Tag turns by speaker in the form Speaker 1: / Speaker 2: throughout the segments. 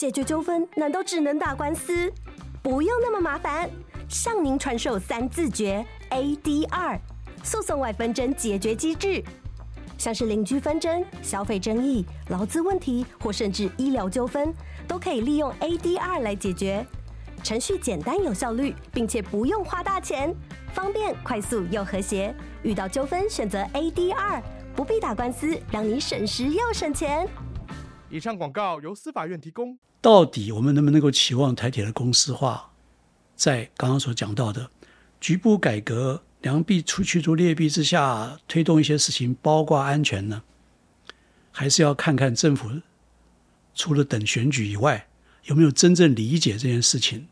Speaker 1: 解决纠纷难道只能打官司？不用那么麻烦，向您传授3字诀 ADR 诉讼外纷争解决机制，像是邻居纷争、消费争议、劳资问题或甚至医疗纠纷，都可以利用 ADR 来解决。程序简单有效率，并且不用花大钱，方便、快速又和谐。遇到纠纷选择 ADR， 不必打官司，让你省时又省钱。
Speaker 2: 以上广告由司法院提供。
Speaker 3: 到底我们能不能够期望台铁的公司化，在刚刚所讲到的局部改革、良币驱逐劣币之下推动一些事情，包括安全呢？还是要看看政府除了等选举以外，有没有真正理解这件事情。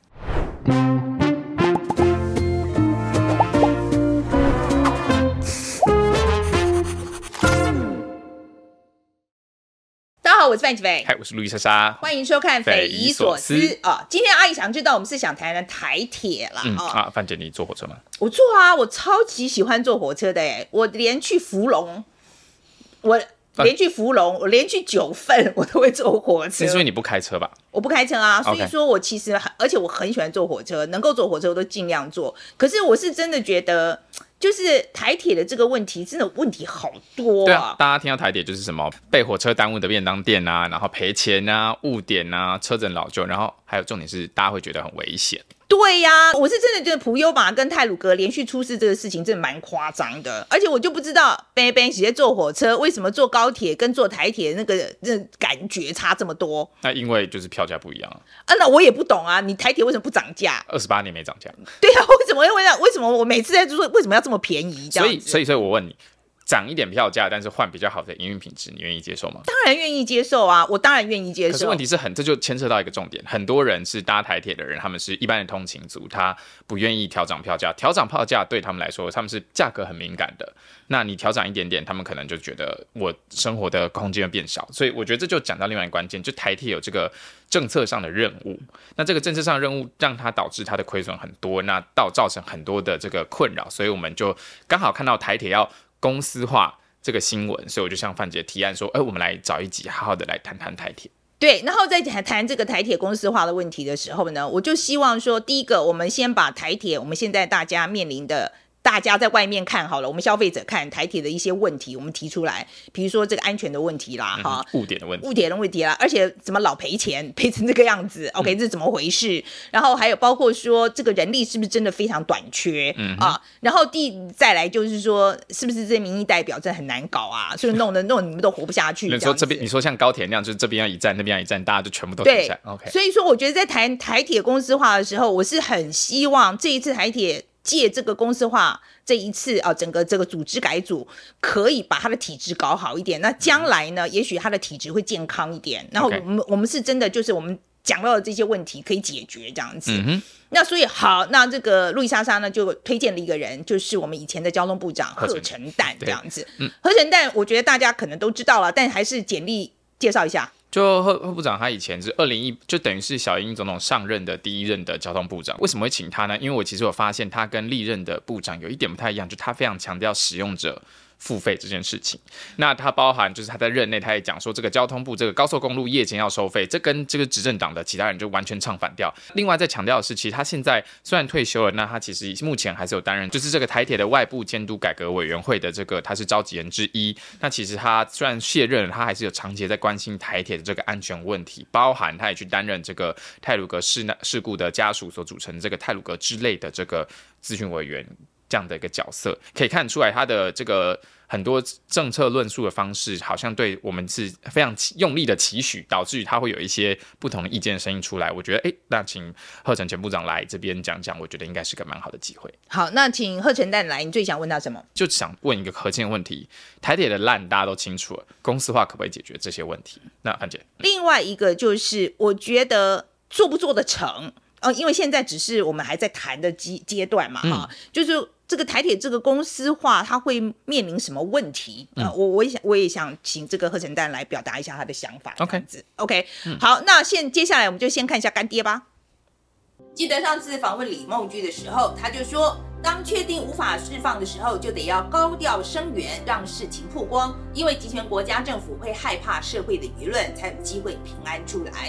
Speaker 4: 我是范琪斐，
Speaker 5: 嗨，我是路易莎莎，
Speaker 4: 欢迎收看匪夷所思啊！今天阿姨想知道，我们是想谈谈台铁啦。
Speaker 5: 范姐，你坐火车吗？
Speaker 4: 我坐啊，我超级喜欢坐火车的耶！我连去福隆，我连去9份，我都会坐火车。
Speaker 5: 是因为你不开车吧？
Speaker 4: 我不开车啊，所以说我其实，而且我很喜欢坐火车，能够坐火车我都尽量坐。可是我是真的觉得，就是台铁的这个问题，真的问题好多啊！
Speaker 5: 对啊，大家听到台铁就是什么被火车耽误的便当店啊，然后赔钱啊、误点啊、车阵老旧，然后还有重点是大家会觉得很危险。
Speaker 4: 对呀，我是真的觉得普悠玛跟太鲁阁连续出事这个事情真的蛮夸张的，而且我就不知道贝贝直接坐火车，为什么坐高铁跟坐台铁那感觉差这么多？
Speaker 5: 那因为就是票价不一样
Speaker 4: 啊，那我也不懂啊，你台铁为什么不涨价
Speaker 5: ？28年没涨价。
Speaker 4: 对啊，为什么我每次在说为什么要这么便宜这样子？
Speaker 5: 所以我问你，涨一点票价，但是换比较好的营运品质，你愿意接受吗？
Speaker 4: 当然愿意接受啊，我当然愿意接受。
Speaker 5: 可是问题是这就牵涉到一个重点，很多人是搭台铁的人，他们是一般的通勤族，他不愿意调涨票价，调涨票价对他们来说，他们是价格很敏感的。那你调涨一点点，他们可能就觉得我生活的空间变少，所以我觉得这就讲到另外一个关键，就台铁有这个政策上的任务，那这个政策上的任务让它导致它的亏损很多，那造成很多的这个困扰，所以我们就刚好看到台铁要公司化这个新闻，所以我就向范姐提案说，我们来找一集好好的来谈谈台铁。
Speaker 4: 对，然后在谈这个台铁公司化的问题的时候呢，我就希望说，第一个，我们先把台铁，我们现在大家面临的，大家在外面看好了，我们消费者看台铁的一些问题，我们提出来，比如说这个安全的问题啦，
Speaker 5: 误点的问题
Speaker 4: 啦，而且怎么老赔钱，赔成这个样子 ，OK， 这是怎么回事？然后还有包括说这个人力是不是真的非常短缺然后再来就是说，是不是这些民意代表真的很难搞啊？所以弄你们都活不下去。
Speaker 5: 你说像高铁那样，就是这边要一站，那边要一站，大家就全部都停下。OK，
Speaker 4: 所以说我觉得在谈台铁公司化的时候，我是很希望这一次台铁借这个公司化这一次整个这个组织改组，可以把它的体质搞好一点。那将来呢，也许它的体质会健康一点。然后我们是真的就是我们讲到的这些问题可以解决这样子。那所以好，那这个路易莎莎呢就推荐了一个人，就是我们以前的交通部长贺成旦这样子。贺成旦我觉得大家可能都知道了，但还是简历介绍一下。
Speaker 5: 就贺部长他以前是2001，就等于是小英总统上任的第一任的交通部长。为什么会请他呢？因为我其实有发现他跟历任的部长有一点不太一样，就他非常强调使用者付费这件事情。那它包含就是他在任内他也讲说，这个交通部这个高速公路夜间要收费，这跟这个执政党的其他人就完全唱反调。另外再强调的是，其实他现在虽然退休了，那他其实目前还是有担任就是这个台铁的外部监督改革委员会的这个他是召集人之一。那其实他虽然卸任了，他还是有长期在关心台铁的这个安全问题，包含他也去担任这个太鲁阁事故的家属所组成的这个太鲁阁之类的这个咨询委员这样的一个角色，可以看出来他的这个很多政策论述的方式，好像对我们是非常用力的期许，导致于他会有一些不同的意见声音出来。我觉得，那请贺成前部长来这边讲讲，我觉得应该是个蛮好的机会。
Speaker 4: 好，那请贺成旦来，你最想问他什么？
Speaker 5: 就想问一个核心的问题：台铁的烂大家都清楚了，公司化可不可以解决这些问题？那范姐，
Speaker 4: 另外一个就是我觉得做不做得成？因为现在只是我们还在谈的阶段嘛，就是这个台铁这个公司化，它会面临什么问题？我也想请这个贺成旦来表达一下他的想法。OK， 好，那接下来我们就先看一下干爹吧。记得上次访问李梦居的时候，他就说，当确定无法释放的时候，就得要高调声援，让事情曝光，因为集权国家政府会害怕社会的舆论，才有机会平安出来。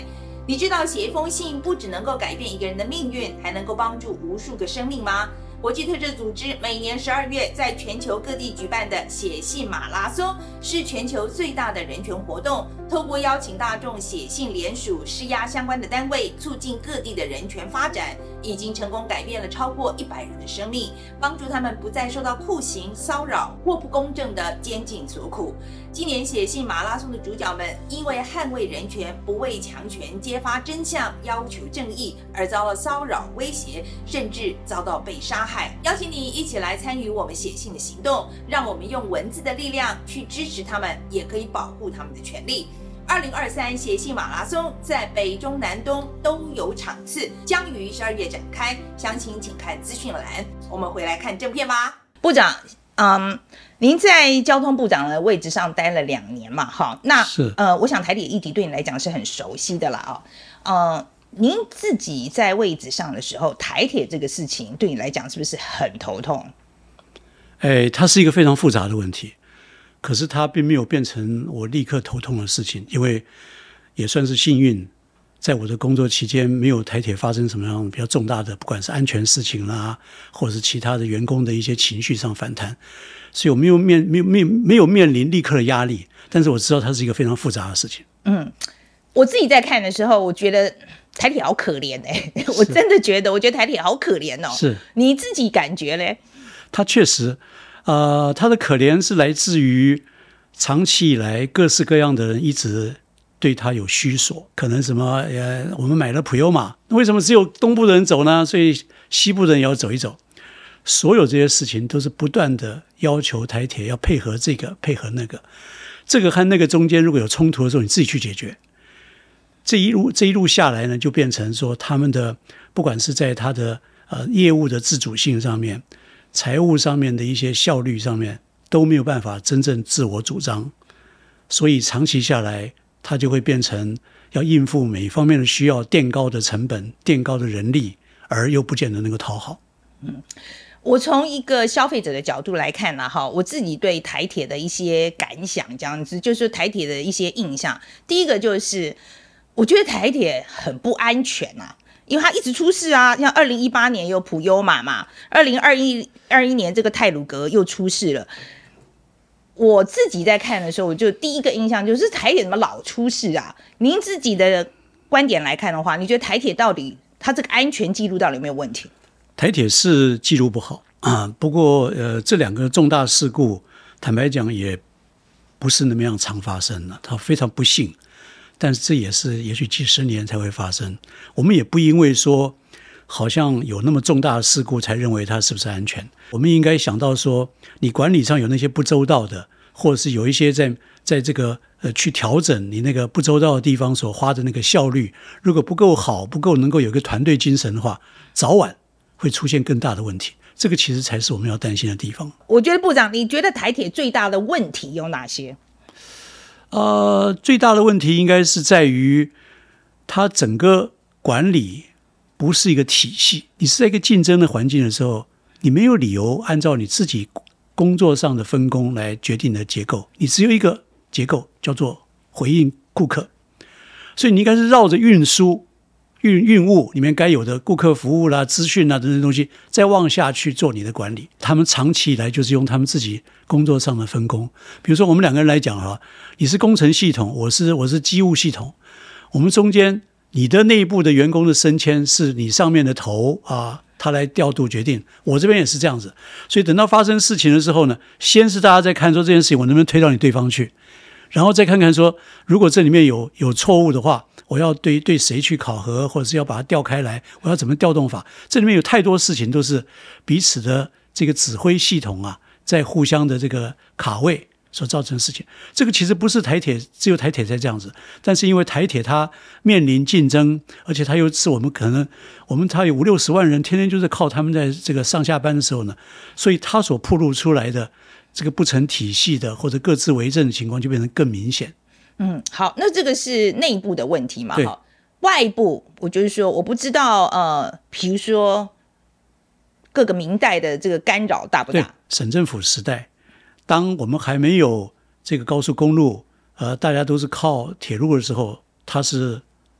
Speaker 4: 你知道写一封信不只能够改变一个人的命运，还能够帮助无数个生命吗？国际特赦组织每年12月在全球各地举办的写信马拉松，是全球最大的人权活动。透过邀请大众写信联署，施压相关的单位，促进各地的人权发展，已经成功改变了超过100人的生命，帮助他们不再受到酷刑、骚扰或不公正的监禁所苦。今年写信马拉松的主角们，因为捍卫人权、不畏强权、揭发真相、要求正义，而遭到骚扰、威胁，甚至遭到被杀害。邀请你一起来参与我们写信的行动，让我们用文字的力量去支持他们，也可以保护他们的权利。2023写信马拉松在北中南东都有场次，将于12月展开，详情请看资讯栏。我们回来看正片吧。部长，您在交通部长的位置上待了2年嘛？哈，那
Speaker 3: 是
Speaker 4: 我想台铁议题对你来讲是很熟悉的啦您自己在位置上的时候，台铁这个事情对你来讲是不是很头痛？
Speaker 3: 它是一个非常复杂的问题，可是它并没有变成我立刻头痛的事情，因为也算是幸运，在我的工作期间没有台铁发生什么样比较重大的，不管是安全事情啦，或者是其他的员工的一些情绪上反弹，所以我没有面临立刻的压力，但是我知道它是一个非常复杂的事情。
Speaker 4: 我自己在看的时候，我觉得台铁好可怜我真的觉得台铁好可怜哦。
Speaker 3: 是
Speaker 4: 你自己感觉嘞？
Speaker 3: 他确实，他的可怜是来自于长期以来各式各样的人一直对他有需索，可能什么我们买了普悠玛，为什么只有东部的人走呢？所以西部的人也要走一走。所有这些事情都是不断的要求台铁要配合这个配合那个，这个和那个中间如果有冲突的时候，你自己去解决。这一路下来呢，就变成说他们的不管是在他的业务的自主性上面，财务上面的一些效率上面都没有办法真正自我主张，所以长期下来，它就会变成要应付每一方面的需要，垫高的成本、垫高的人力，而又不见得能够讨好。
Speaker 4: 我从一个消费者的角度来看我自己对台铁的一些感想，这样子就是台铁的一些印象。第一个就是我觉得台铁很不安全因为它一直出事像2018年有普悠玛嘛，2021年这个太鲁阁又出事了。我自己在看的时候，我就第一个印象就是台铁怎么老出事您自己的观点来看的话，你觉得台铁到底它这个安全记录到底有没有问题？
Speaker 3: 台铁是记录不好不过这2个重大事故，坦白讲也不是那么样常发生了，它非常不幸。但是这也是也许几十年才会发生，我们也不因为说好像有那么重大的事故才认为它是不是安全。我们应该想到说，你管理上有那些不周到的，或者是有一些在这个去调整你那个不周到的地方所花的那个效率，如果不够好，不够能够有一个团队精神的话，早晚会出现更大的问题。这个其实才是我们要担心的地方。
Speaker 4: 我觉得部长，你觉得台铁最大的问题有哪些？
Speaker 3: 最大的问题应该是在于它整个管理不是一个体系。你是在一个竞争的环境的时候，你没有理由按照你自己工作上的分工来决定你的结构，你只有一个结构叫做回应顾客，所以你应该是绕着运输运务里面该有的顾客服务啦、资讯啦等等东西，再往下去做你的管理。他们长期以来就是用他们自己工作上的分工。比如说我们2个人来讲你是工程系统，我是机务系统，我们中间你的内部的员工的升迁是你上面的头他来调度决定，我这边也是这样子。所以等到发生事情的时候呢，先是大家在看说这件事情我能不能推到你对方去，然后再看看说如果这里面有错误的话，我要对谁去考核，或者是要把它调开来，我要怎么调动法。这里面有太多事情都是彼此的这个指挥系统在互相的这个卡位所造成的事情。这个其实不是台铁只有台铁才这样子，但是因为台铁它面临竞争，而且它又是我们它有50-60万人天天就是靠他们在这个上下班的时候呢，所以它所暴露出来的这个不成体系的或者各自为政的情况就变成更明显。
Speaker 4: 好，那这个是内部的问题嘛？外部我就是说我不知道比如说各个民代的这个干扰大不大？
Speaker 3: 对，省政府时代，当我们还没有这个高速公路大家都是靠铁路的时候，它是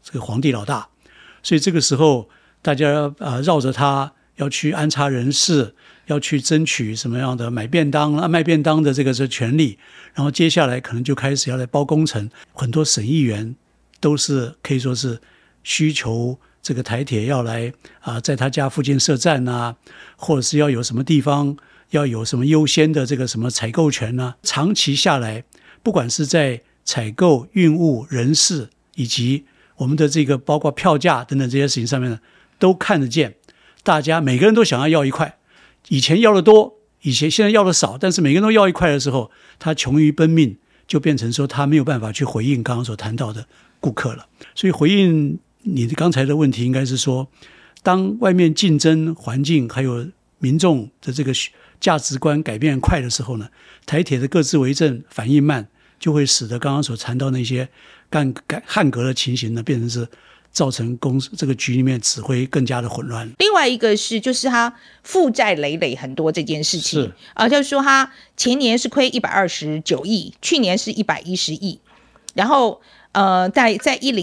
Speaker 3: 这个皇帝老大，所以这个时候大家绕着他要去安插人事，要去争取什么样的买便当卖便当的这个是权利，然后接下来可能就开始要来包工程，很多省议员都是可以说是需求这个台铁要来在他家附近设站啊，或者是要有什么地方要有什么优先的这个什么采购权啊，长期下来不管是在采购、运务、人事以及我们的这个包括票价等等这些事情上面呢，都看得见大家每个人都想要一块，以前要的多，现在要的少，但是每个人都要一块的时候，他穷于奔命，就变成说他没有办法去回应刚刚所谈到的顾客了。所以回应你刚才的问题应该是说，当外面竞争环境还有民众的这个价值观改变快的时候呢，台铁的各自为政反应慢，就会使得刚刚所谈到那些汉格的情形呢，变成是造成这个局里面指挥更加的混乱。
Speaker 4: 另外一个是就是他负债累累很多这件事情，就是说他前年是亏129亿，去年是110亿，然后在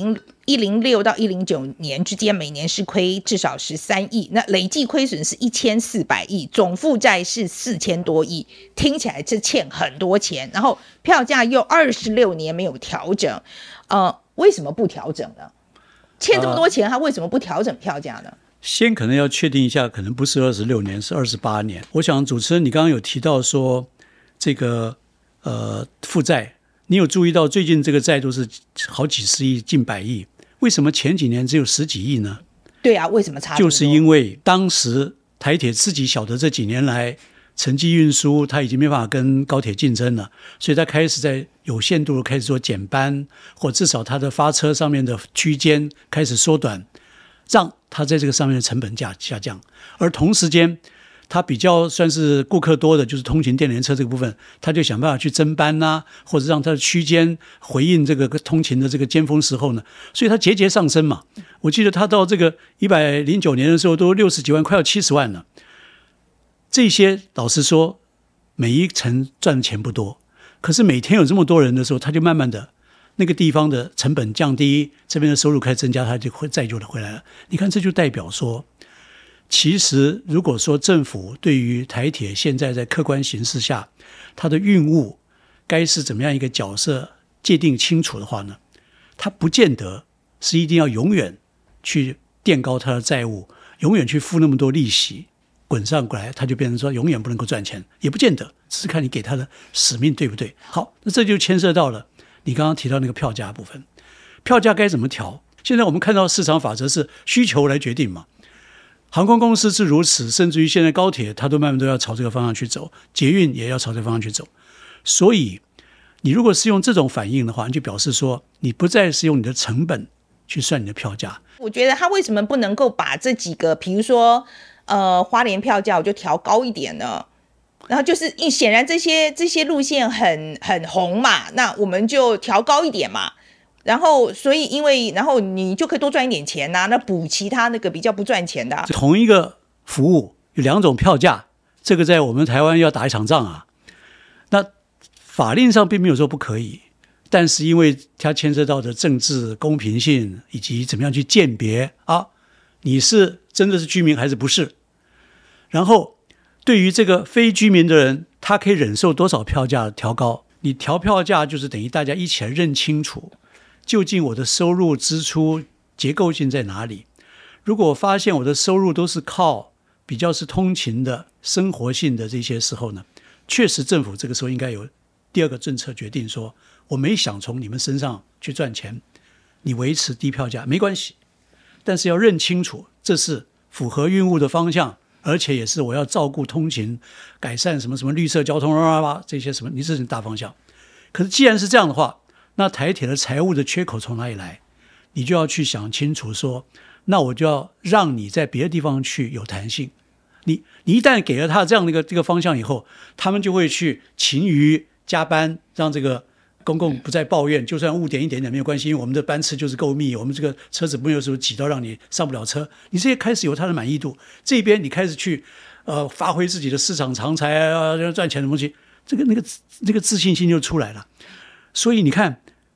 Speaker 4: 1016到109年之间，每年是亏至少13亿，那累计亏损是1400亿，总负债是4000多亿，听起来是欠很多钱，然后票价又26年没有调整，为什么不调整呢？欠这么多钱，他为什么不调整票价呢？
Speaker 3: 先可能要确定一下，可能不是26年，是28年。我想主持人你刚刚有提到说这个负债，你有注意到最近这个债都是好几十亿、近100亿，为什么前几年只有10几亿呢？
Speaker 4: 对啊，为什么差这么多？
Speaker 3: 就是因为当时台铁自己晓得这几年来城际运输它已经没办法跟高铁竞争了，所以它开始在有限度的开始做减班，或至少它的发车上面的区间开始缩短，让它在这个上面的成本下降。而同时间它比较算是顾客多的就是通勤电联车这个部分，它就想办法去增班啊，或者让它的区间回应这个通勤的这个尖峰时候呢，所以它节节上升嘛。我记得它到这个109年的时候都60几万，快要70万了。这些老实说每一层赚的钱不多，可是每天有这么多人的时候，他就慢慢的那个地方的成本降低，这边的收入开始增加，他就会再就回来了。你看这就代表说，其实如果说政府对于台铁现在在客观形势下它的运务该是怎么样一个角色界定清楚的话呢，它不见得是一定要永远去垫高它的债务，永远去付那么多利息滚上过来，它就变成说永远不能够赚钱，也不见得，只是看你给它的使命对不对。好，那这就牵涉到了你刚刚提到那个票价部分，票价该怎么调？现在我们看到市场法则是需求来决定嘛，航空公司是如此，甚至于现在高铁它都慢慢都要朝这个方向去走，捷运也要朝这个方向去走。所以你如果是用这种反应的话，你就表示说你不再是用你的成本去算你的票价。
Speaker 4: 我觉得他为什么不能够把这几个比如说花莲票价我就调高一点呢？然后就是显然这些路线很红嘛，那我们就调高一点嘛。然后所以然后你就可以多赚一点钱啊，那补其他那个比较不赚钱的
Speaker 3: 同一个服务有2种票价，这个在我们台湾要打一场仗啊。那法令上并没有说不可以，但是因为它牵涉到的政治公平性以及怎么样去鉴别你是真的是居民还是不是，然后对于这个非居民的人，他可以忍受多少票价调高，你调票价就是等于大家一起来认清楚究竟我的收入支出结构性在哪里。如果我发现我的收入都是靠比较是通勤的生活性的这些时候呢，确实政府这个时候应该有第2个政策决定说，我没想从你们身上去赚钱，你维持低票价没关系，但是要认清楚这是符合运务的方向，而且也是我要照顾通勤，改善什么什么绿色交通这些什么，你这是大方向。可是既然是这样的话，那台铁的财务的缺口从哪里来？你就要去想清楚说，那我就要让你在别的地方去有弹性。你一旦给了他这样的这个方向以后，他们就会去勤于加班，让这个公共不再抱怨，就算误点一点点没有关系，因为我们的班次就是够密，我们这个车子没有时候挤到让你上不了车，你这些开始有他的满意度，这边你开始去发挥自己的市场长才赚钱的东西，那个自信心就出来了。所以你看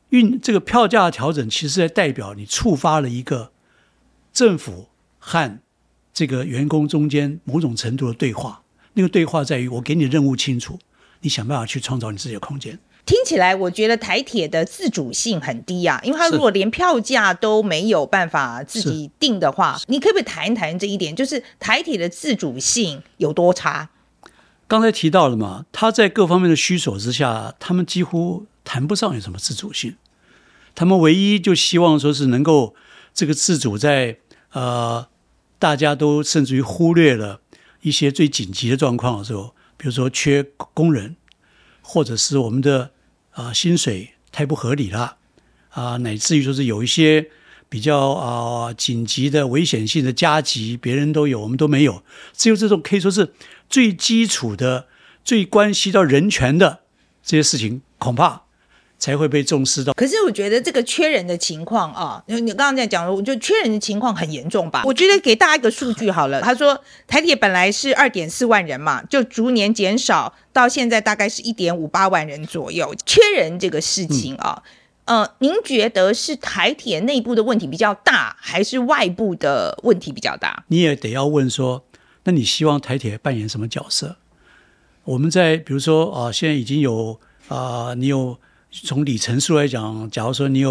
Speaker 3: 这个票价调整其实在代表你触发了一个政府和这个员工中间某种程度的对话，那个对话在于我给你任务清楚，你想办法去创造你自己的空间。
Speaker 4: 听起来我觉得台铁的自主性很低啊，因为它如果连票价都没有办法自己定的话，你可不可以谈一谈这一点，就是台铁的自主性有多差？
Speaker 3: 刚才提到了嘛，他在各方面的需索之下，他们几乎谈不上有什么自主性，他们唯一就希望说是能够这个自主在大家都甚至于忽略了一些最紧急的状况的时候，比如说缺工人，或者是我们的薪水太不合理了乃至于说是有一些比较紧急的危险性的加急，别人都有我们都没有，只有这种可以说是最基础的最关系到人权的这些事情恐怕才会被重视到。
Speaker 4: 可是我觉得这个缺人的情况啊，你刚刚在讲了，我觉得缺人的情况很严重吧。我觉得给大家一个数据好了，他说台铁本来是 2.4 万人嘛，就逐年减少到现在大概是 1.58 万人左右。缺人这个事情啊，您觉得是台铁内部的问题比较大，还是外部的问题比较大？
Speaker 3: 你也得要问说，那你希望台铁扮演什么角色？我们在比如说现在已经有你有从里程数来讲，假如说你有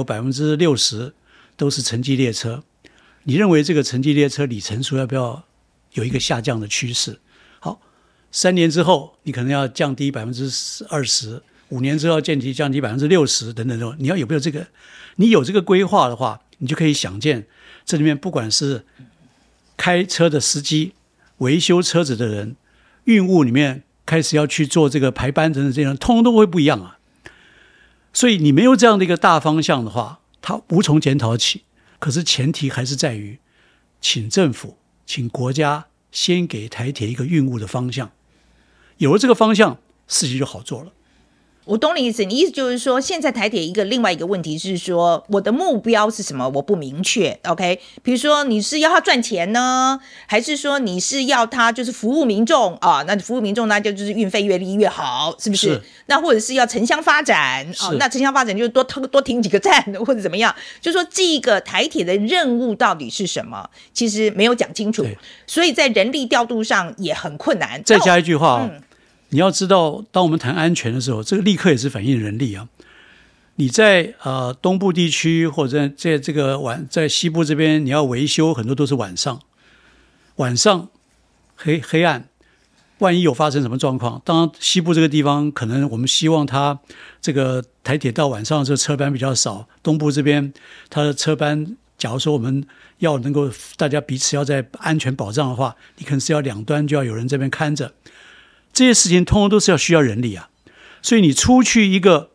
Speaker 3: 60% 都是城际列车，你认为这个城际列车里程数要不要有一个下降的趋势？好，3年之后你可能要降低 20%， 5年之后降低 60% 等等，你要有没有这个？你有这个规划的话，你就可以想见这里面不管是开车的司机、维修车子的人、运务里面开始要去做这个排班等等，这样通通都会不一样啊。所以你没有这样的一个大方向的话，它无从检讨起。可是前提还是在于，请政府、请国家先给台铁一个运务的方向，有了这个方向，事情就好做了。
Speaker 4: 我懂你意思，你意思就是说，现在台铁另外一个问题是说，我的目标是什么？我不明确。OK， 比如说你是要他赚钱呢，还是说你是要他就是服务民众啊？那服务民众那就是运费越低越好，是不是？
Speaker 3: 是。
Speaker 4: 那或者是要城乡发展那城乡发展就多停几个站或者怎么样？就是说这个台铁的任务到底是什么？其实没有讲清楚，所以在人力调度上也很困难。
Speaker 3: 再加一句话你要知道，当我们谈安全的时候，这个立刻也是反映人力啊。你在东部地区或者在这个在西部这边，你要维修很多都是晚上黑暗，万一有发生什么状况，当然西部这个地方可能我们希望它这个台铁到晚上的时候车班比较少，东部这边它的车班，假如说我们要能够大家彼此要在安全保障的话，你可能是要两端就要有人这边看着。这些事情通通都是要需要人力啊，所以你出去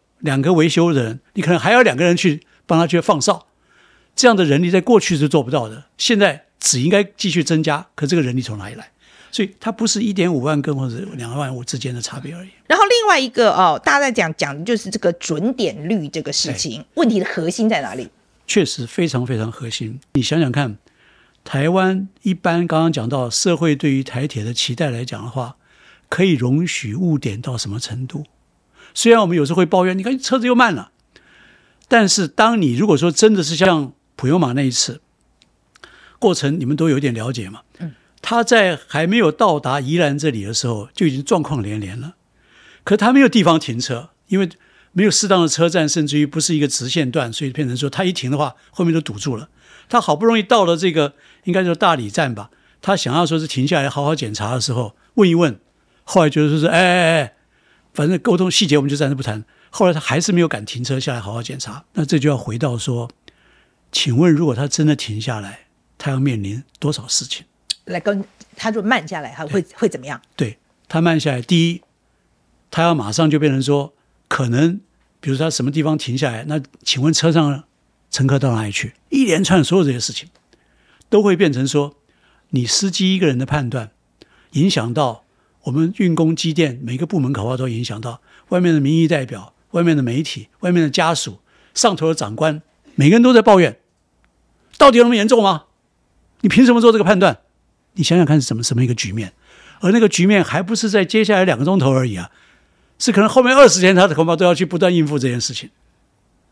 Speaker 3: 2个维修的人，你可能还要2个人去帮他去放哨，这样的人力在过去是做不到的，现在只应该继续增加，可这个人力从哪里来？所以它不是 1.5 万根或者2万5之间的差别而已。然
Speaker 4: 后另外一个大家在讲的就是这个准点率这个事情，问题的核心在哪里？
Speaker 3: 确实非常非常核心。你想想看，台湾一般刚刚讲到社会对于台铁的期待来讲的话，可以容许误点到什么程度？虽然我们有时候会抱怨，你看车子又慢了，但是当你如果说真的是像普悠玛那一次过程，你们都有点了解嘛？他在还没有到达宜兰这里的时候，就已经状况连连了。可他没有地方停车，因为没有适当的车站，甚至于不是一个直线段，所以变成说他一停的话，后面都堵住了。他好不容易到了这个应该说大理站吧，他想要说是停下来好好检查的时候，问一问。后来就是说反正沟通细节我们就暂时不谈。后来他还是没有敢停车下来好好检查。那这就要回到说，请问如果他真的停下来，他要面临多少事情？
Speaker 4: 来跟他就慢下来，他会怎么样？
Speaker 3: 对，他慢下来，第一，他要马上就变成说，可能比如说他什么地方停下来，那请问车上乘客到哪里去？一连串所有这些事情都会变成说，你司机一个人的判断影响到我们运工机电每个部门考核都影响到外面的民意代表、外面的媒体、外面的家属、上头的长官，每个人都在抱怨，到底有那么严重吗？你凭什么做这个判断？你想想看是什么一个局面，而那个局面还不是在接下来2个钟头而已啊，是可能后面20天他的恐怕都要去不断应付这件事情。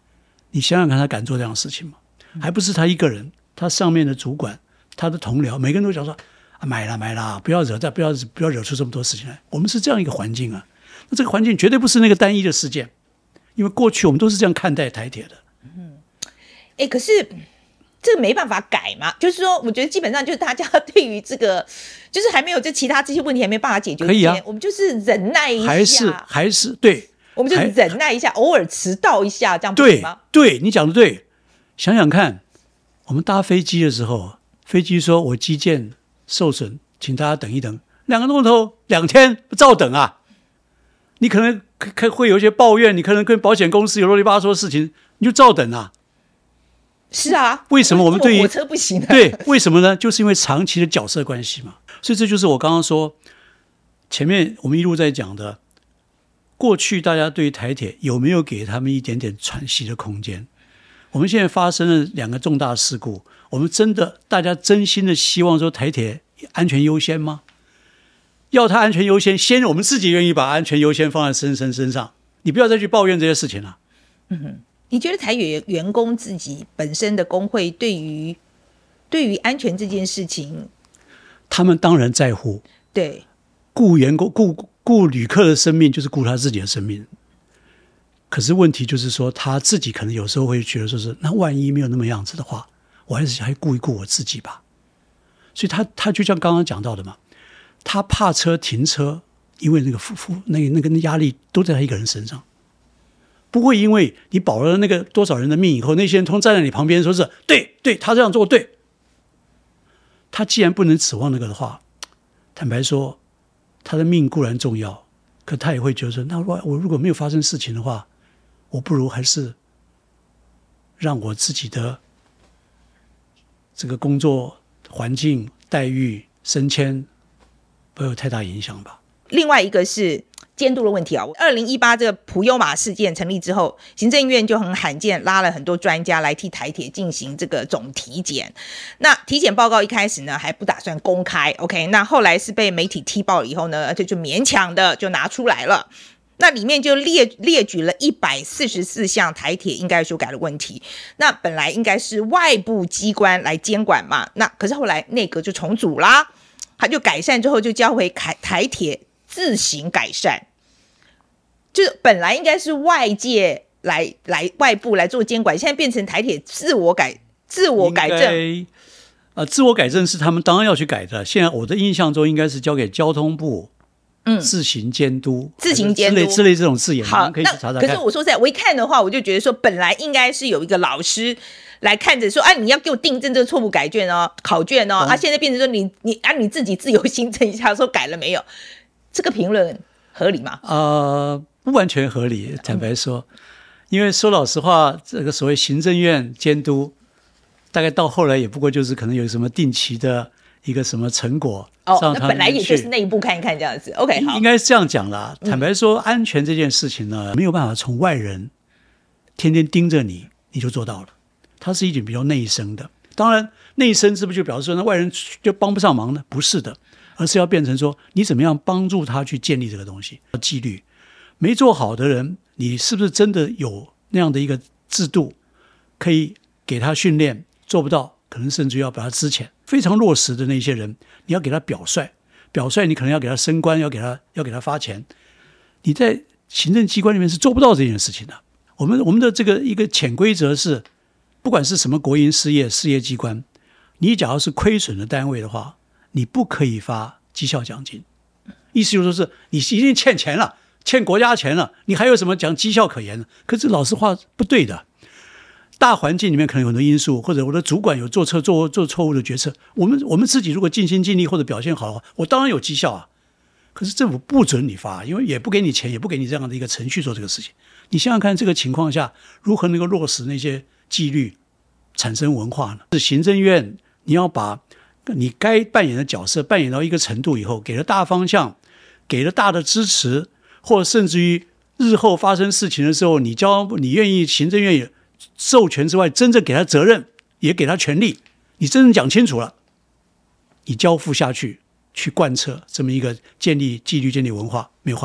Speaker 3: 你想想看，他敢做这样的事情吗？还不是他一个人，他上面的主管、他的同僚，每个人都讲说买啦，不要惹出这么多事情来。我们是这样一个环境啊，那这个环境绝对不是那个单一的事件，因为过去我们都是这样看待台铁的。
Speaker 4: 可是这个没办法改嘛，就是说，我觉得基本上就是大家对于这个，就是还没有其他这些问题还没办法解决之前，我们就是忍耐一下，
Speaker 3: 还是对，
Speaker 4: 我们就忍耐一下，偶尔迟到一下，这样不行吗？
Speaker 3: 对，你讲的对。想想看，我们搭飞机的时候，飞机说我机件受损，请大家等一等，2个钟头2天照等啊。你可能会有一些抱怨，你可能跟保险公司有啰里吧嗦的事情，你就照等啊。
Speaker 4: 是啊，
Speaker 3: 为什么我们对于
Speaker 4: 火车不行？
Speaker 3: 对，为什么呢？就是因为长期的角色关系嘛。所以这就是我刚刚说，前面我们一路在讲的，过去大家对于台铁有没有给他们一点点喘息的空间？我们现在发生了2个重大事故，我们大家真心的希望说台铁安全优先吗？要它安全优先，先我们自己愿意把安全优先放在身上，你不要再去抱怨这些事情了。
Speaker 4: 你觉得台铁员工自己本身的工会对于安全这件事情，他
Speaker 3: 们当然在乎。
Speaker 4: 对，
Speaker 3: 顾员工顾旅客的生命就是顾他自己的生命。可是问题就是说，他自己可能有时候会觉得说是，那万一没有那么样子的话，我还顾一顾我自己吧。所以他就像刚刚讲到的嘛，他怕车停车，因为那个压力都在他一个人身上。不会因为你保了那个多少人的命以后，那些人通站在你旁边说是对，他这样做对。他既然不能指望那个的话，坦白说，他的命固然重要，可他也会觉得说，那我如果没有发生事情的话，我不如还是让我自己的这个工作环境、待遇、升迁不会有太大影响吧。
Speaker 4: 另外一个是监督的问题啊，2018这个普悠玛事件成立之后，行政院就很罕见拉了很多专家来替台铁进行这个总体检。那体检报告一开始呢还不打算公开 ，OK， 那后来是被媒体踢爆了以后呢，就勉强的就拿出来了。那里面就列举了144项台铁应该修改的问题。那本来应该是外部机关来监管嘛，那可是后来内阁就重组啦，他就改善之后就交回台铁自行改善。就是本来应该是外界来外部来做监管，现在变成台铁自我改正。
Speaker 3: 自我改正是他们当然要去改的。现在我的印象中应该是交给交通部自行监督之类这种字眼，
Speaker 4: 好，
Speaker 3: 可以去查查看。
Speaker 4: 可是我说实在，我一看的话，我就觉得说，本来应该是有一个老师来看着说，你要给我订正这个错误改卷哦，考卷哦，现在变成说你自己自由行政一下，说改了没有？这个评论合理吗？
Speaker 3: 不完全合理，坦白说，因为说老实话，这个所谓行政院监督，大概到后来也不过就是可能有什么定期的一个什么成果。
Speaker 4: 那本来也就是内部看一看这样子。OK， 好，
Speaker 3: 应该是这样讲啦。坦白说，安全这件事情呢，没有办法从外人天天盯着你就做到了，它是一点比较内生的。当然，内生是不是就表示说那外人就帮不上忙呢？不是的，而是要变成说你怎么样帮助他去建立这个东西，纪律。没做好的人，你是不是真的有那样的一个制度可以给他训练？做不到，可能甚至要把他资遣。非常落实的那些人，你要给他表率，你可能要给他升官，要给他发钱。你在行政机关里面是做不到这件事情的。我们的这个一个潜规则是，不管是什么国营事业机关，你假如是亏损的单位的话，你不可以发绩效奖金。意思就是说是你已经欠钱了，欠国家钱了，你还有什么讲绩效可言呢？可是老实话不对的。大环境里面可能有很多因素，或者我的主管有做错误的决策，我们自己如果尽心尽力或者表现好的话，我当然有绩效啊。可是政府不准你发，因为也不给你钱，也不给你这样的一个程序做这个事情。你想想看，这个情况下如何能够落实那些纪律，产生文化呢？是行政院你要把你该扮演的角色扮演到一个程度以后，给了大方向，给了大的支持，或者甚至于日后发生事情的时候，你愿意行政院授权之外，真正给他责任，也给他权利，你真正讲清楚了，你交付下去，去贯彻这么一个建立纪律、建立文化，没有话讲。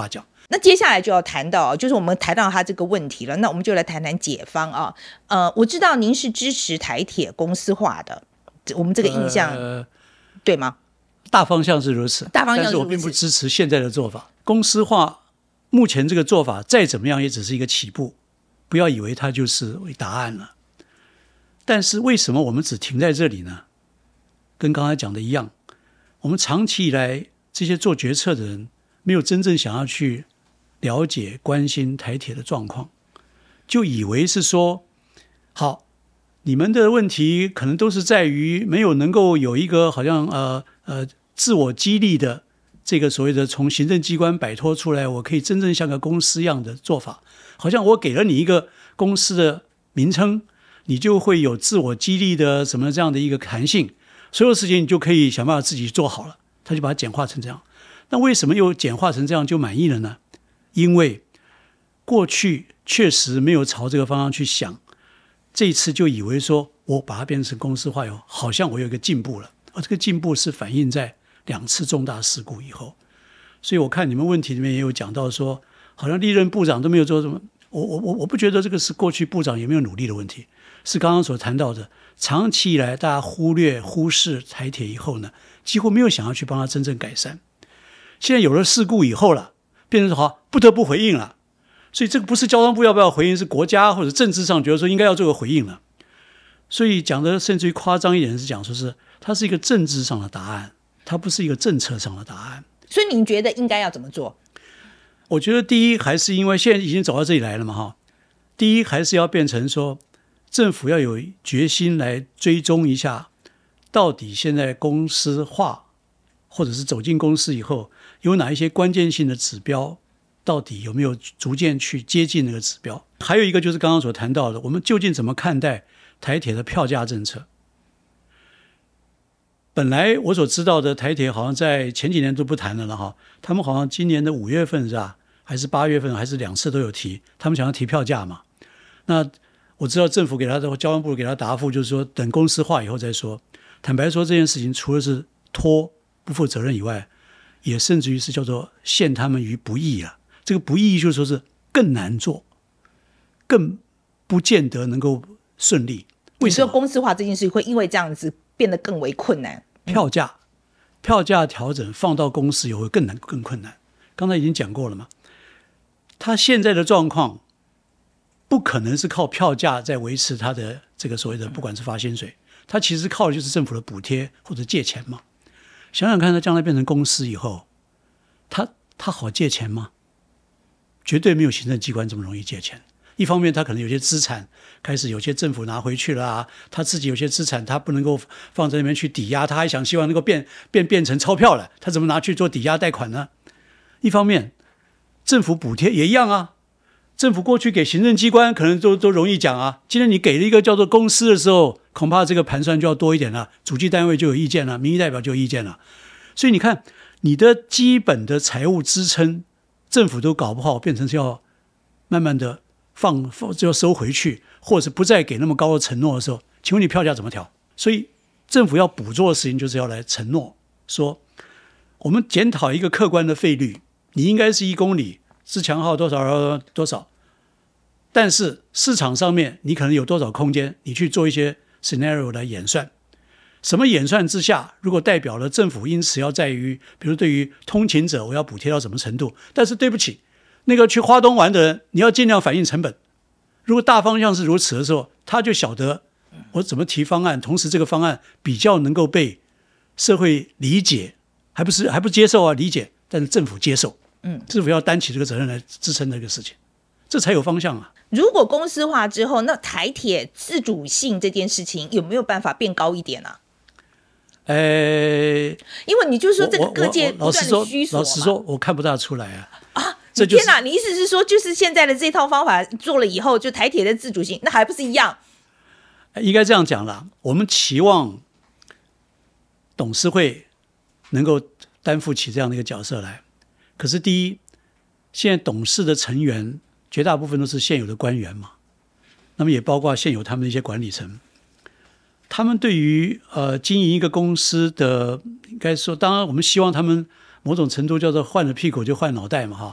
Speaker 4: 那接下来就要谈到，就是我们谈到他这个问题了，那我们就来谈谈解方啊。我知道您是支持台铁公司化的，我们这个印象、对吗？
Speaker 3: 大方向是如此，
Speaker 4: 大方向是如此，
Speaker 3: 但是我并不支持现在的做法。公司化目前这个做法再怎么样也只是一个起步，不要以为它就是答案了。但是为什么我们只停在这里呢？跟刚才讲的一样，我们长期以来这些做决策的人没有真正想要去了解关心台铁的状况，就以为是说好，你们的问题可能都是在于没有能够有一个好像自我激励的这个所谓的从行政机关摆脱出来，我可以真正像个公司一样的做法，好像我给了你一个公司的名称，你就会有自我激励的什么这样的一个弹性，所有事情你就可以想办法自己做好了，他就把它简化成这样。那为什么又简化成这样就满意了呢？因为过去确实没有朝这个方向去想，这一次就以为说我把它变成公司化以后，好像我有一个进步了，而这个进步是反映在2次重大事故以后。所以我看你们问题里面也有讲到说，好像历任部长都没有做什么，我不觉得这个是过去部长有没有努力的问题，是刚刚所谈到的，长期以来大家忽视台铁以后呢，几乎没有想要去帮他真正改善。现在有了事故以后了，变成说好不得不回应了，所以这个不是交通部要不要回应，是国家或者政治上觉得说应该要做个回应了。所以讲的甚至于夸张一点是讲说是它是一个政治上的答案，它不是一个政策上的答案。
Speaker 4: 所以您觉得应该要怎么做？
Speaker 3: 我觉得第一还是因为现在已经走到这里来了嘛哈，第一还是要变成说政府要有决心来追踪一下，到底现在公司化或者是走进公司以后有哪一些关键性的指标，到底有没有逐渐去接近那个指标。还有一个就是刚刚所谈到的，我们究竟怎么看待台铁的票价政策。本来我所知道的台铁好像在前几年都不谈了哈，他们好像今年的5月份是吧，还是8月份还是2次都有提，他们想要提票价嘛。那我知道政府给他的交通部给他答复就是说等公司化以后再说。坦白说这件事情除了是拖不负责任以外，也甚至于是叫做陷他们于不义了。这个不义就是说是更难做，更不见得能够顺利。为什么？
Speaker 4: 你说公司化这件事会因为这样子变得更为困难？
Speaker 3: 票价调整放到公司也会更难更困难。刚才已经讲过了嘛，他现在的状况不可能是靠票价在维持他的这个所谓的不管是发薪水，他其实靠的就是政府的补贴或者借钱嘛。想想看，他将来变成公司以后，他好借钱吗？绝对没有行政机关这么容易借钱。一方面他可能有些资产开始有些政府拿回去了啊，他自己有些资产他不能够放在那边去抵押，他还想希望能够变成钞票了，他怎么拿去做抵押贷款呢？一方面政府补贴也一样啊，政府过去给行政机关可能都容易讲啊，今天你给了一个叫做公司的时候，恐怕这个盘算就要多一点了，主计单位就有意见了，民意代表就有意见了。所以你看你的基本的财务支撑政府都搞不好，变成是要慢慢的就要收回去，或者不再给那么高的承诺的时候，请问你票价怎么调？所以政府要捕捉的事情就是要来承诺说，我们检讨一个客观的费率，你应该是1公里自强号多少，但是市场上面你可能有多少空间，你去做一些 scenario 来演算。什么演算之下，如果代表了政府因此要在于比如对于通勤者我要补贴到什么程度，但是对不起那个去花东玩的人，你要尽量反映成本。如果大方向是如此的时候，他就晓得我怎么提方案，同时这个方案比较能够被社会理解，还不接受啊，理解，但是政府接受，政府要担起这个责任来支撑这个事情，这才有方向啊。
Speaker 4: 如果公司化之后，那台铁自主性这件事情有没有办法变高一点啊？因为你就是说这个各界不断的虚索嘛。老实说我看不大出来啊。
Speaker 3: 天
Speaker 4: 哪，你意思是说就是现在的这套方法做了以后，就台铁的自主性那还不是一样？
Speaker 3: 应该这样讲啦，我们期望董事会能够担负起这样的一个角色来。可是第一，现在董事的成员绝大部分都是现有的官员嘛，那么也包括现有他们的一些管理层，他们对于经营一个公司的，应该说当然我们希望他们某种程度叫做换了屁股就换脑袋嘛哈。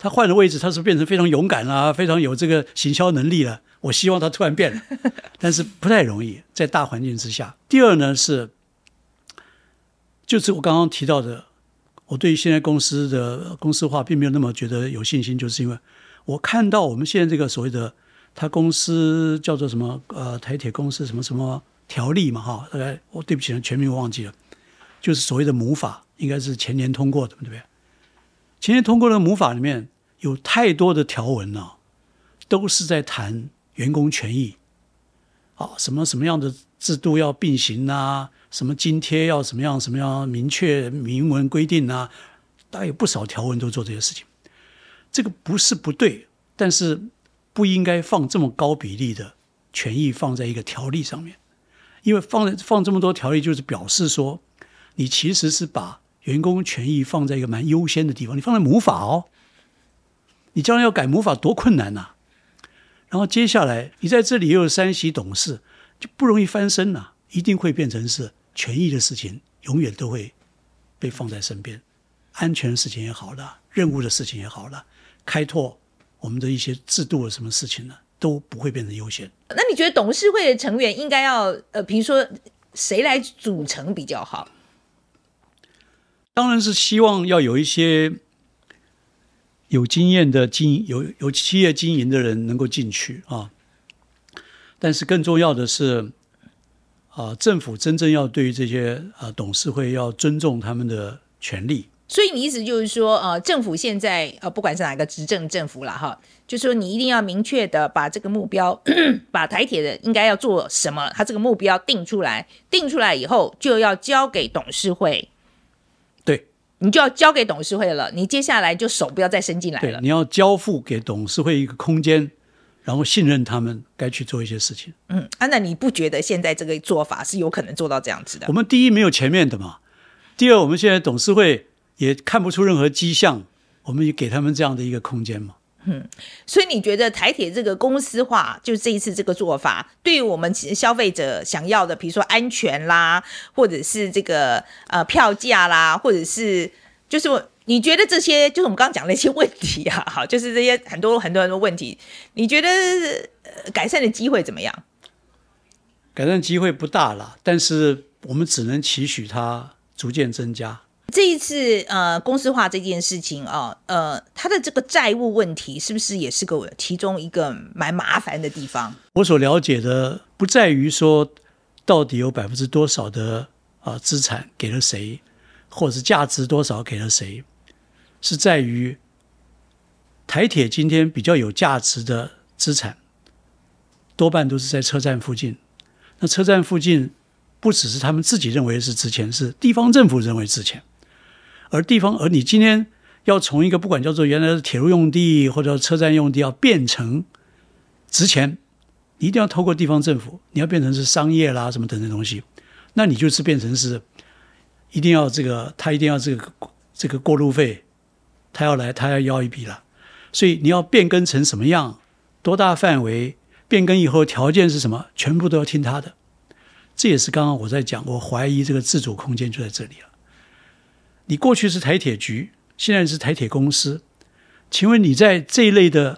Speaker 3: 他换了位置，他是变成非常勇敢啦，非常有这个行销能力了。我希望他突然变了，但是不太容易，在大环境之下。第二呢是，就是我刚刚提到的，我对现在公司的公司化并没有那么觉得有信心，就是因为我看到我们现在这个所谓的他公司叫做什么台铁公司什么什么条例嘛哈，大概我对不起全名我忘记了，就是所谓的母法，应该是前年通过的，对不对？前年通过的母法里面有太多的条文啊，都是在谈员工权益，什么样的制度要并行啊，什么津贴要什么样明确明文规定啊，大概有不少条文都做这些事情。这个不是不对，但是不应该放这么高比例的权益放在一个条例上面，因为放这么多条例，就是表示说你其实是把员工权益放在一个蛮优先的地方，你放在母法哦，你将来要改母法多困难啊！然后接下来你在这里又有3席董事，就不容易翻身啊，一定会变成是权益的事情，永远都会被放在身边，安全的事情也好了，任务的事情也好了，开拓我们的一些制度的什么事情呢，都不会变成优先。
Speaker 4: 那你觉得董事会的成员应该要比如说谁来组成比较好？
Speaker 3: 当然是希望要有一些有经验的有企业经营的人能够进去啊。但是更重要的是政府真正要对于这些董事会要尊重他们的权利。
Speaker 4: 所以你意思就是说政府现在不管是哪个执政政府啦哈，就说你一定要明确的把这个目标把台铁的应该要做什么，他这个目标定出来以后就要交给董事会。
Speaker 3: 对，
Speaker 4: 你就要交给董事会了，你接下来就手不要再伸进来了。
Speaker 3: 对，你要交付给董事会一个空间，然后信任他们该去做一些事情。
Speaker 4: 那你不觉得现在这个做法是有可能做到这样子的？
Speaker 3: 我们第一没有前面的嘛，第二我们现在董事会也看不出任何迹象，我们也给他们这样的一个空间嘛。
Speaker 4: 所以你觉得台铁这个公司化，就这一次这个做法，对于我们消费者想要的，比如说安全啦，或者是这个票价啦，或者是就是你觉得这些就是我们刚刚讲的一些问题啊，好，就是这些很多问题，你觉得改善的机会怎么样？
Speaker 3: 改善机会不大啦，但是我们只能期许它逐渐增加。
Speaker 4: 这一次公司化这件事情它的这个债务问题是不是也是其中一个蛮麻烦的地方？
Speaker 3: 我所了解的不在于说到底有多少的资产给了谁，或者是价值多少给了谁，是在于台铁今天比较有价值的资产多半都是在车站附近。那车站附近不只是他们自己认为是值钱，是地方政府认为值钱。而你今天要从一个不管叫做原来的铁路用地或者车站用地要变成值钱，你一定要透过地方政府，你要变成是商业啦什么等等东西，那你就是变成是一定要他一定要这个过路费，他要要一笔了。所以你要变更成什么样，多大范围，变更以后条件是什么，全部都要听他的。这也是刚刚我在讲，我怀疑这个自主空间就在这里了。你过去是台铁局，现在是台铁公司，请问你在这一类的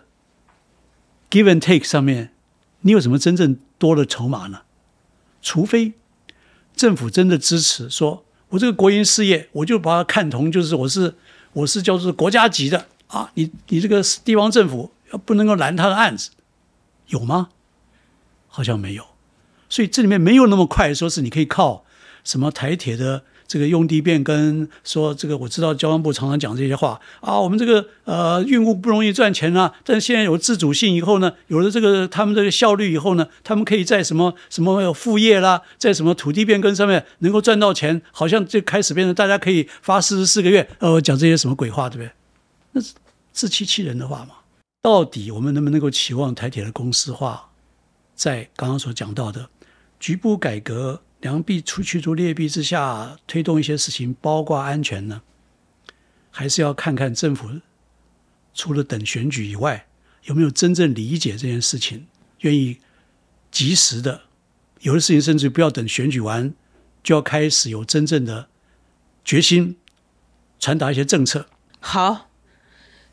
Speaker 3: give and take 上面，你有什么真正多的筹码呢？除非政府真的支持，说我这个国营事业，我就把它看同，就是我是叫做国家级的啊，你这个地方政府不能够拦他的案子，有吗？好像没有。所以这里面没有那么快说是你可以靠什么台铁的这个用地变更，说这个我知道交通部常常讲这些话啊，我们这个运务不容易赚钱啊，但是现在有自主性以后呢，有了这个他们这个效率以后呢，他们可以在什么副业啦，在什么土地变更上面能够赚到钱，好像就开始变成大家可以发44个月，讲这些什么鬼话，对不对？那是自欺欺人的话嘛。到底我们能不能够期望台铁的公司化，在刚刚所讲到的局部改革良币驱逐劣币之下推动一些事情，包括安全呢？还是要看看政府除了等选举以外，有没有真正理解这件事情，愿意及时的，有的事情甚至不要等选举完，就要开始有真正的决心，传达一些政策。
Speaker 4: 好，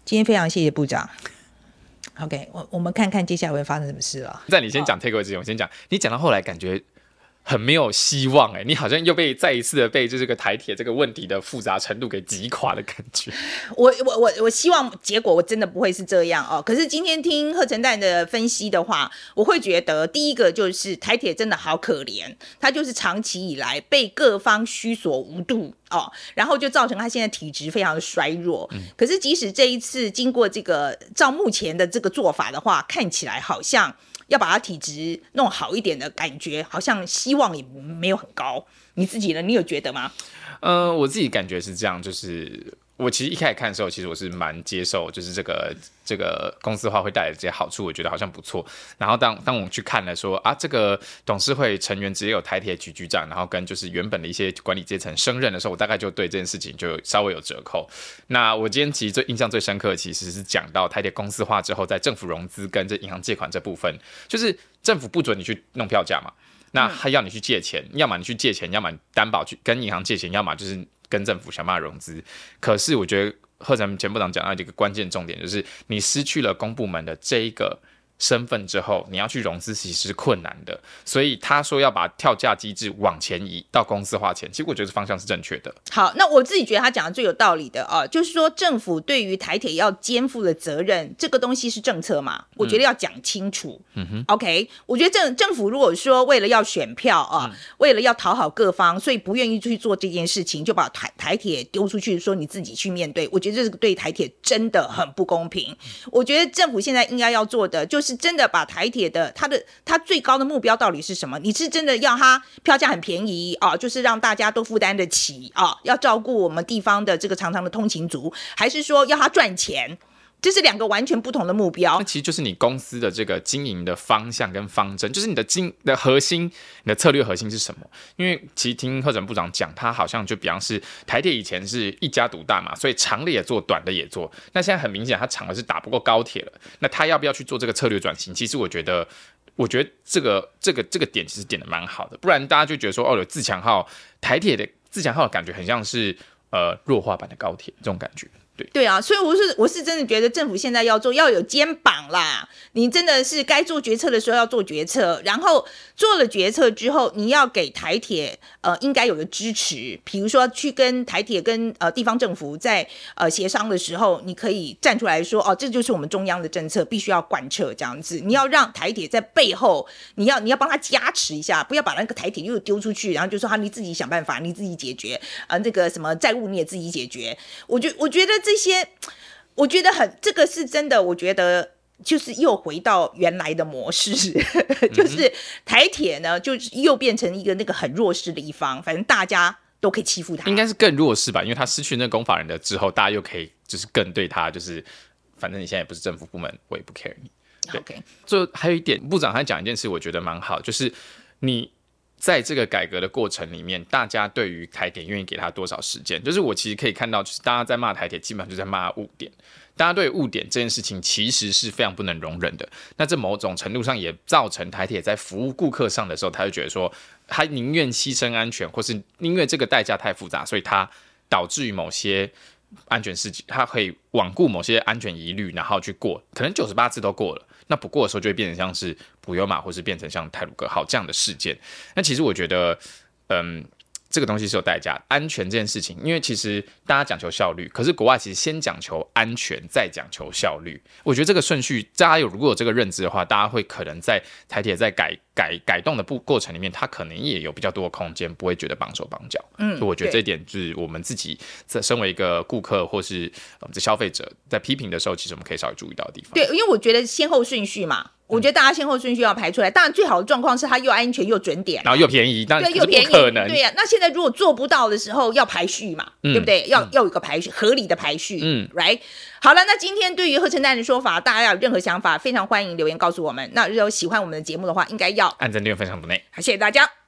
Speaker 4: 今天非常谢谢部长。OK， 我们看看接下来会发生什么事了。
Speaker 5: 在你先讲 takeaway 之前，我先讲，你讲到后来感觉很没有希望你好像又再一次的被这个台铁这个问题的复杂程度给击垮的感觉。
Speaker 4: 我希望结果我真的不会是这样哦。可是今天听贺成旦的分析的话，我会觉得第一个就是台铁真的好可怜，他就是长期以来被各方虚索无度哦，然后就造成他现在体质非常的衰弱。可是即使这一次经过这个照目前的这个做法的话，看起来好像要把他体质弄好一点的感觉，好像希望也没有很高。你自己呢？你有觉得吗？
Speaker 5: 我自己感觉是这样，就是我其实一开始看的时候，其实我是蛮接受，就是这个公司化会带来的这些好处，我觉得好像不错。然后当我们去看了说这个董事会成员只有台铁局局长，然后跟就是原本的一些管理阶层升任的时候，我大概就对这件事情就稍微有折扣。那我今天其实印象最深刻的其实是讲到台铁公司化之后，在政府融资跟这银行借款这部分，就是政府不准你去弄票价嘛，那还要你去借钱，要么你去借钱，要么你担保去跟银行借钱，要么就是跟政府想办法融资。可是我觉得贺成前部长讲到一个关键重点，就是你失去了公部门的这一个身份之后，你要去融资其实是困难的。所以他说要把跳价机制往前移到公司化前，其实我觉得方向是正确的。
Speaker 4: 好，那我自己觉得他讲的最有道理的就是说政府对于台铁要肩负的责任，这个东西是政策嘛，我觉得要讲清楚。OK， 我觉得政府如果说为了要选票为了要讨好各方，所以不愿意去做这件事情，就把台铁丢出去，说你自己去面对，我觉得这是对台铁真的很不公平。我觉得政府现在应该要做的就是真的把台铁的它最高的目标到底是什么？你是真的要它票价很便宜就是让大家都负担得起要照顾我们地方的这个常常的通勤族，还是说要它赚钱？这是两个完全不同的目标。
Speaker 5: 那其实就是你公司的这个经营的方向跟方针，就是你的核心，你的策略核心是什么？因为其实听贺成部长讲，他好像就比方是台铁以前是一家独大嘛，所以长的也做，短的也做。那现在很明显，他长的是打不过高铁了。那他要不要去做这个策略转型？其实我觉得这个点其实点的蛮好的，不然大家就觉得说有自强号，台铁的自强号的感觉很像是弱化版的高铁这种感觉。
Speaker 4: 对啊，所以我是真的觉得政府现在要有肩膀啦，你真的是该做决策的时候要做决策，然后做了决策之后，你要给台铁应该有的支持，比如说去跟台铁跟地方政府在协商的时候，你可以站出来说这就是我们中央的政策，必须要贯彻这样子。你要让台铁在背后，你要帮他加持一下，不要把那个台铁又丢出去，然后就说你自己想办法，你自己解决这个什么债务你也自己解决。我觉得这些，我觉得这个是真的，我觉得就是又回到原来的模式，就是台铁呢，就是又变成一个那个很弱势的一方，反正大家都可以欺负他，
Speaker 5: 应该是更弱势吧，因为他失去那个公法人的之后，大家又可以就是更对他，就是反正你现在也不是政府部门，我也不 care 你。
Speaker 4: OK，
Speaker 5: 就还有一点，部长还讲一件事，我觉得蛮好，就是你在这个改革的过程里面，大家对于台铁愿意给他多少时间？就是我其实可以看到，就是大家在骂台铁，基本上就在骂误点。大家对误点这件事情其实是非常不能容忍的。那这某种程度上也造成台铁在服务顾客上的时候，他就觉得说，他宁愿牺牲安全，或是因为这个代价太复杂，所以他导致于某些安全事情，他可以罔顾某些安全疑虑，然后去过，可能98次都过了。那不过的时候就会变成像是普悠玛，或是变成像太鲁阁号这样的事件。那其实我觉得，这个东西是有代价，安全这件事情，因为其实大家讲求效率，可是国外其实先讲求安全，再讲求效率。我觉得这个顺序，大家如果有这个认知的话，大家会可能在台铁在改动的过程里面，它可能也有比较多的空间，不会觉得绑手绑脚。所以我觉得这一点就是我们自己在身为一个顾客或是消费者在批评的时候，其实我们可以稍微注意到的地方。
Speaker 4: 对，因为我觉得先后顺序嘛。我觉得大家先后顺序要排出来，当然最好的状况是它又安全又准点，
Speaker 5: 然后又便宜，但
Speaker 4: 对，又便宜，
Speaker 5: 不可能。
Speaker 4: 对呀，那现在如果做不到的时候，要排序嘛，对不对？要有一个排序，合理的排序。right。好了，那今天对于贺成旦的说法，大家有任何想法，非常欢迎留言告诉我们。那如果喜欢我们的节目的话，应该要
Speaker 5: 按赞、订阅、分享、donate。
Speaker 4: 谢谢大家。